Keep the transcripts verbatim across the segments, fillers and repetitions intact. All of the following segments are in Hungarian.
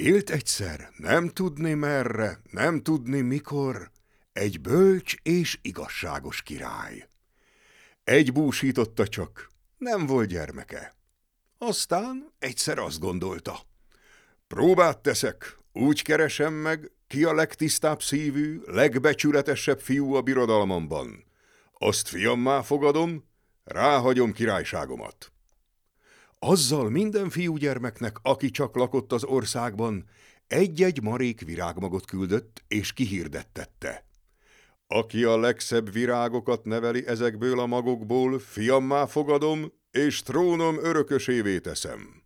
Élt egyszer, nem tudni merre, nem tudni mikor, egy bölcs és igazságos király. Egy búsította csak, nem volt gyermeke. Aztán egyszer azt gondolta. Próbát teszek, úgy keresem meg, ki a legtisztább szívű, legbecsületesebb fiú a birodalmamban. Azt fiammá fogadom, ráhagyom királyságomat. Azzal minden fiúgyermeknek, aki csak lakott az országban, egy-egy marék virágmagot küldött, és kihirdettette. Aki a legszebb virágokat neveli ezekből a magokból, fiammá fogadom, és trónom örökösévé teszem.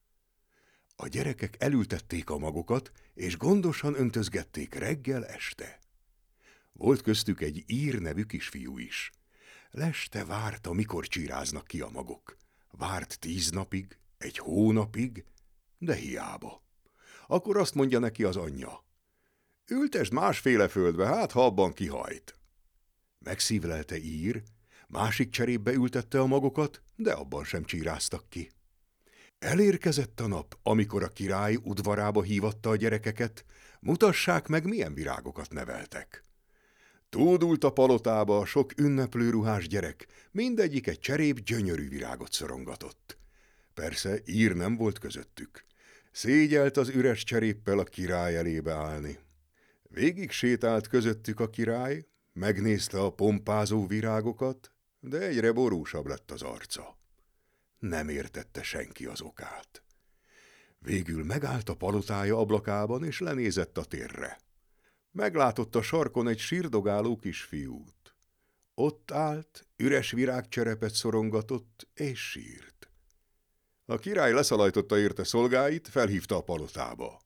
A gyerekek elültették a magokat, és gondosan öntözgették reggel este. Volt köztük egy ír nevű kisfiú is. Leste várta, mikor csíráznak ki a magok. Várt tíz napig, egy hónapig, de hiába. Akkor azt mondja neki az anyja. Ültesd másféle földbe, hát ha abban kihajt. Megszívlelte ír, másik cserépbe ültette a magokat, de abban sem csíráztak ki. Elérkezett a nap, amikor a király udvarába hívatta a gyerekeket, mutassák meg, milyen virágokat neveltek. Tódult a palotába a sok ünneplő ruhás gyerek, mindegyik egy cserép gyönyörű virágot szorongatott. Persze ír nem volt közöttük. Szégyelt az üres cseréppel a király elébe állni. Végig sétált közöttük a király, megnézte a pompázó virágokat, de egyre borúsabb lett az arca. Nem értette senki az okát. Végül megállt a palotája ablakában, és lenézett a térre. Meglátott a sarkon egy sírdogáló kisfiút. Ott állt, üres virágcserepet szorongatott, és sírt. A király leszalajtotta érte szolgáit, felhívta a palotába.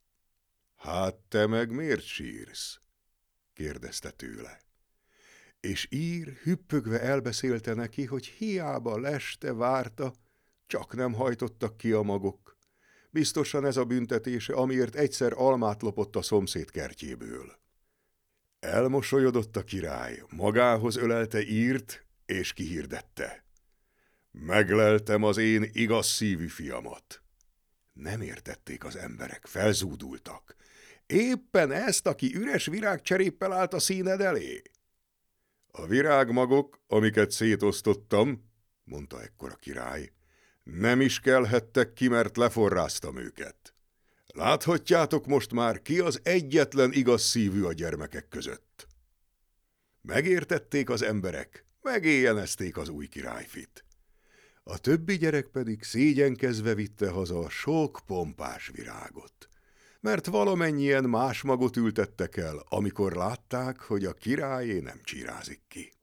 Hát te meg miért sírsz? kérdezte tőle. És ír hüppögve elbeszélte neki, hogy hiába leste várta, csak nem hajtottak ki a magok. Biztosan ez a büntetése, amiért egyszer almát lopott a szomszéd kertjéből. Elmosolyodott a király, magához ölelte írt, és kihirdette. Megleltem az én igaz szívű fiamat. Nem értették az emberek, felzúdultak. Éppen ezt, aki üres virágcseréppel állt a színed elé? A virágmagok, amiket szétosztottam, mondta ekkor a király, nem is kelhettek ki, mert leforráztam őket. Láthatjátok most már, ki az egyetlen igaz szívű a gyermekek között. Megértették az emberek, megéjjenezték az új királyfit. A többi gyerek pedig szégyenkezve vitte haza a sok pompás virágot, mert valamennyien más magot ültettek el, amikor látták, hogy a királyé nem csírázik ki.